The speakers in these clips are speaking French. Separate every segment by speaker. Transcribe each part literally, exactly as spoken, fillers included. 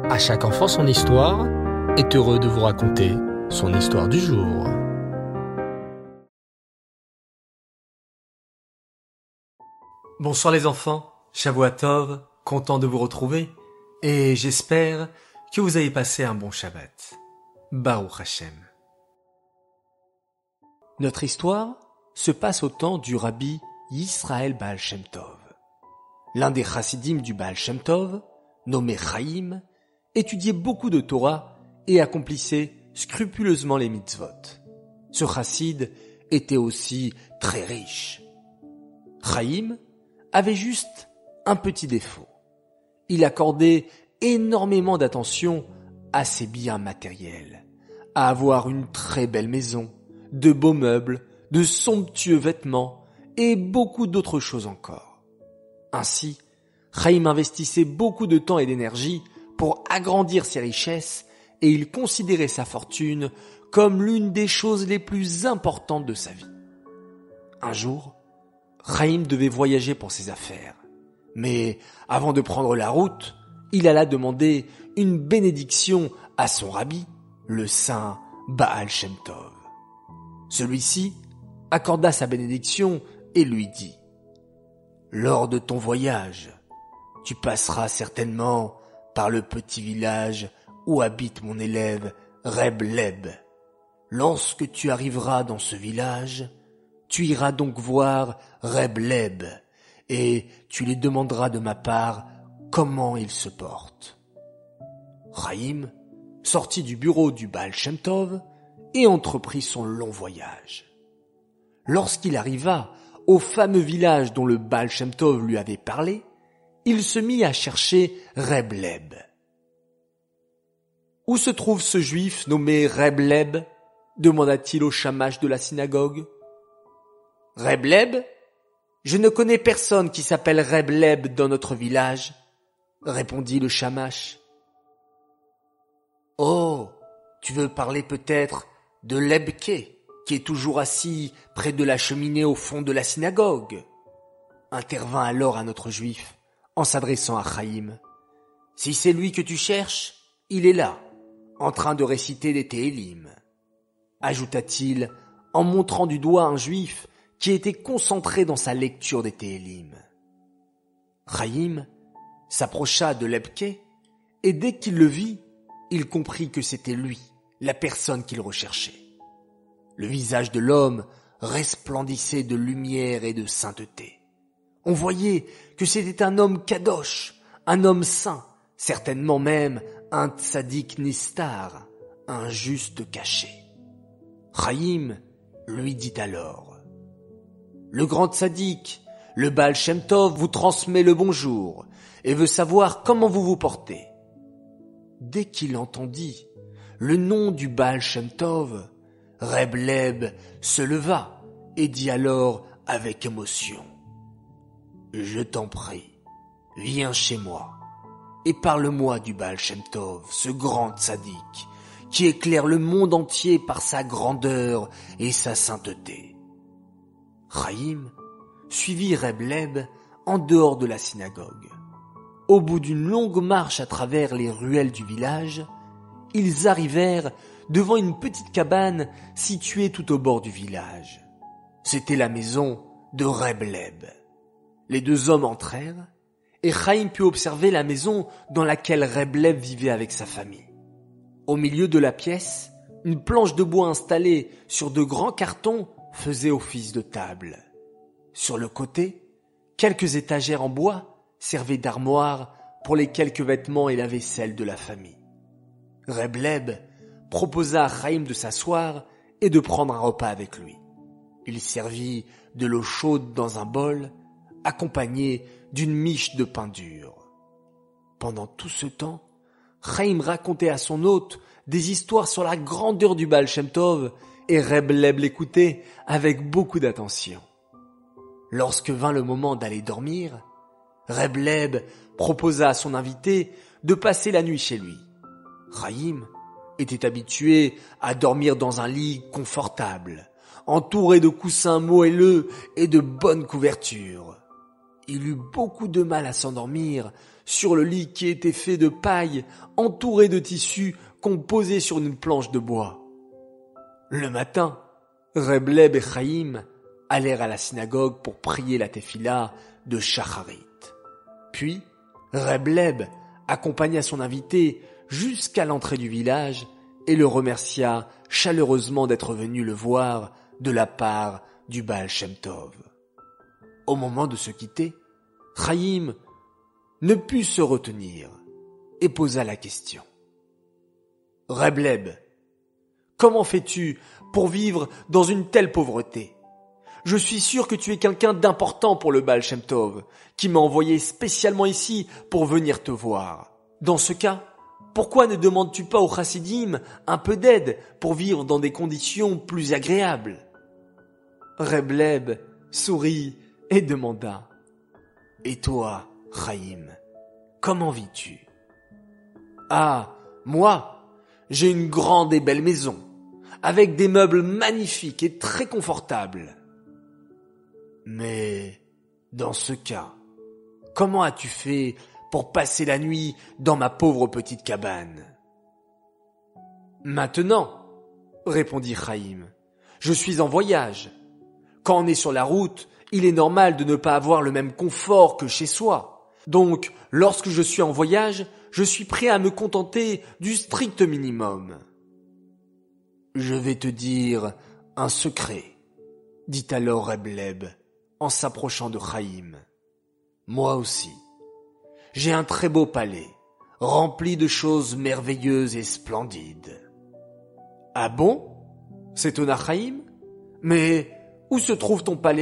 Speaker 1: À chaque enfant son histoire est heureux de vous raconter son histoire du jour.
Speaker 2: Bonsoir les enfants, Shavua Tov, content de vous retrouver et j'espère que vous avez passé un bon Shabbat. Baruch Hashem. Notre histoire se passe au temps du rabbi Yisrael Baal Shem Tov. L'un des chassidim du Baal Shem Tov, nommé Chaim, étudiait beaucoup de Torah et accomplissait scrupuleusement les mitzvot. Ce chassid était aussi très riche. Chaim avait juste un petit défaut. Il accordait énormément d'attention à ses biens matériels, à avoir une très belle maison, de beaux meubles, de somptueux vêtements et beaucoup d'autres choses encore. Ainsi, Chaim investissait beaucoup de temps et d'énergie pour agrandir ses richesses et il considérait sa fortune comme l'une des choses les plus importantes de sa vie. Un jour, Chaim devait voyager pour ses affaires. Mais avant de prendre la route, il alla demander une bénédiction à son rabbi, le saint Baal Shem Tov. Celui-ci accorda sa bénédiction et lui dit « Lors de ton voyage, tu passeras certainement par le petit village où habite mon élève Reb Leb. Lorsque tu arriveras dans ce village, tu iras donc voir Reb Leb et tu lui demanderas de ma part comment il se porte. » Chaim sortit du bureau du Baal Shem Tov et entreprit son long voyage. Lorsqu'il arriva au fameux village dont le Baal Shem Tov lui avait parlé, il se mit à chercher Reb Leb. « Où se trouve ce juif nommé Reb Leb ?» demanda-t-il au shamash de la synagogue. « Reb Leb ? Je ne connais personne qui s'appelle Reb Leb dans notre village, » répondit le shamash. « Oh, tu veux parler peut-être de Lebke, qui est toujours assis près de la cheminée au fond de la synagogue, » intervint alors un autre juif en s'adressant à Chaim. « Si c'est lui que tu cherches, il est là, en train de réciter des Téhélim, » ajouta-t-il en montrant du doigt un juif qui était concentré dans sa lecture des Téhélim. Chaim s'approcha de Lebke et dès qu'il le vit, il comprit que c'était lui, la personne qu'il recherchait. Le visage de l'homme resplendissait de lumière et de sainteté. On voyait que c'était un homme kadosh, un homme saint, certainement même un tzadik nistar, un juste caché. Chaim lui dit alors « Le grand tzadik, le Baal Shem Tov vous transmet le bonjour et veut savoir comment vous vous portez. » Dès qu'il entendit le nom du Baal Shem Tov, Reb Leb se leva et dit alors avec émotion « Je t'en prie, viens chez moi et parle-moi du Baal Shem Tov, ce grand tzaddik qui éclaire le monde entier par sa grandeur et sa sainteté. » Chaim suivit Reb Leb en dehors de la synagogue. Au bout d'une longue marche à travers les ruelles du village, ils arrivèrent devant une petite cabane située tout au bord du village. C'était la maison de Reb Leb. Les deux hommes entrèrent et Chaim put observer la maison dans laquelle Reb Leb vivait avec sa famille. Au milieu de la pièce, une planche de bois installée sur de grands cartons faisait office de table. Sur le côté, quelques étagères en bois servaient d'armoire pour les quelques vêtements et la vaisselle de la famille. Reb Leb proposa à Chaim de s'asseoir et de prendre un repas avec lui. Il servit de l'eau chaude dans un bol, accompagné d'une miche de pain dur. Pendant tout ce temps, Chaim racontait à son hôte des histoires sur la grandeur du Baal Shem Tov et Reb Leb l'écoutait avec beaucoup d'attention. Lorsque vint le moment d'aller dormir, Reb Leb proposa à son invité de passer la nuit chez lui. Chaim était habitué à dormir dans un lit confortable, entouré de coussins moelleux et de bonnes couvertures. Il eut beaucoup de mal à s'endormir sur le lit qui était fait de paille, entouré de tissus qu'on posait sur une planche de bois. Le matin, Reb Leib et Chaim allèrent à la synagogue pour prier la tefila de Shacharit. Puis, Reb Leib accompagna son invité jusqu'à l'entrée du village et le remercia chaleureusement d'être venu le voir de la part du Baal Shem Tov. Au moment de se quitter, Chaim ne put se retenir et posa la question. « Reb Leib, comment fais-tu pour vivre dans une telle pauvreté ? Je suis sûr que tu es quelqu'un d'important pour le Baal Shem Tov, qui m'a envoyé spécialement ici pour venir te voir. Dans ce cas, pourquoi ne demandes-tu pas aux chassidim un peu d'aide pour vivre dans des conditions plus agréables ?» Reb Leib sourit et demanda « Et toi, Chaim, comment vis-tu ?»« Ah, moi, j'ai une grande et belle maison, avec des meubles magnifiques et très confortables. » Mais, dans ce cas, comment as-tu fait pour passer la nuit dans ma pauvre petite cabane ? Maintenant, répondit Chaim, je suis en voyage. Quand on est sur la route, il est normal de ne pas avoir le même confort que chez soi. Donc, lorsque je suis en voyage, je suis prêt à me contenter du strict minimum. Je vais te dire un secret, dit alors Reb Leib, en s'approchant de Chaim. Moi aussi, j'ai un très beau palais, rempli de choses merveilleuses et splendides. Ah bon ? s'étonna Chaim. Mais où se trouve ton palais ?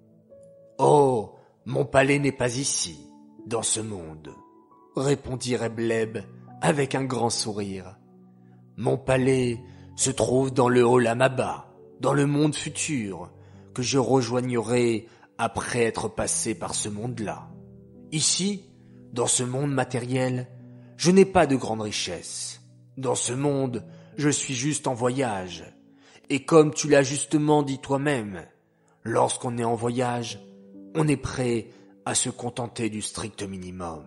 Speaker 2: Oh, mon palais n'est pas ici, dans ce monde, répondit Reb Leib avec un grand sourire. Mon palais se trouve dans le Olam Haba, dans le monde futur, que je rejoignerai après être passé par ce monde-là. Ici, dans ce monde matériel, je n'ai pas de grande richesse. Dans ce monde, je suis juste en voyage. Et comme tu l'as justement dit toi-même, lorsqu'on est en voyage, on est prêt à se contenter du strict minimum.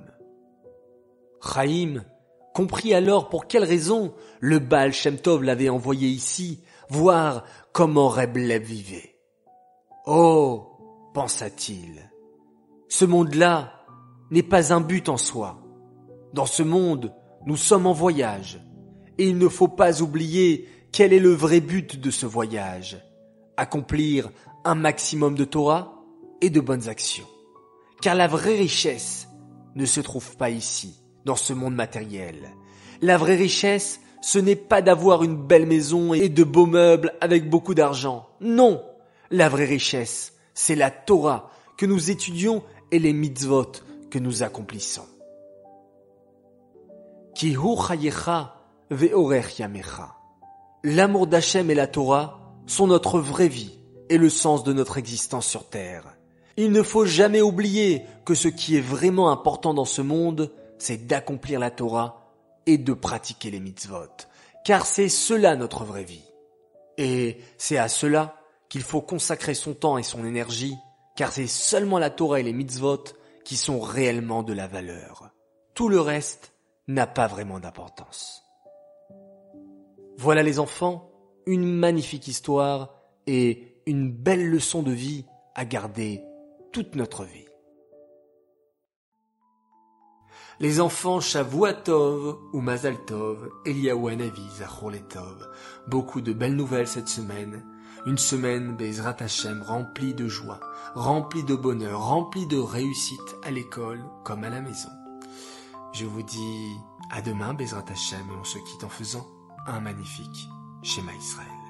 Speaker 2: Chaim comprit alors pour quelle raison le Baal Shem Tov l'avait envoyé ici, voir comment Reb Leib vivait. Oh, pensa-t-il, ce monde-là n'est pas un but en soi. Dans ce monde, nous sommes en voyage, et il ne faut pas oublier quel est le vrai but de ce voyage, accomplir un maximum de Torah et de bonnes actions. Car la vraie richesse ne se trouve pas ici, dans ce monde matériel. La vraie richesse, ce n'est pas d'avoir une belle maison et de beaux meubles avec beaucoup d'argent. Non, la vraie richesse, c'est la Torah que nous étudions et les mitzvot que nous accomplissons. Ki hu chayecha ve'orech yamecha. L'amour d'Hachem et la Torah sont notre vraie vie et le sens de notre existence sur terre. Il ne faut jamais oublier que ce qui est vraiment important dans ce monde, c'est d'accomplir la Torah et de pratiquer les mitzvot, car c'est cela notre vraie vie. Et c'est à cela qu'il faut consacrer son temps et son énergie, car c'est seulement la Torah et les mitzvot qui sont réellement de la valeur. Tout le reste n'a pas vraiment d'importance. Voilà les enfants, une magnifique histoire et une belle leçon de vie à garder toute notre vie. Les enfants, Shavua Tov ou Mazal Tov, Eliyahu Hanavi, Zachor Letov. Beaucoup de belles nouvelles cette semaine. Une semaine, Bezrat Hashem, remplie de joie, remplie de bonheur, remplie de réussite à l'école comme à la maison. Je vous dis à demain, Bezrat Hashem, et on se quitte en faisant un magnifique Shema Israël.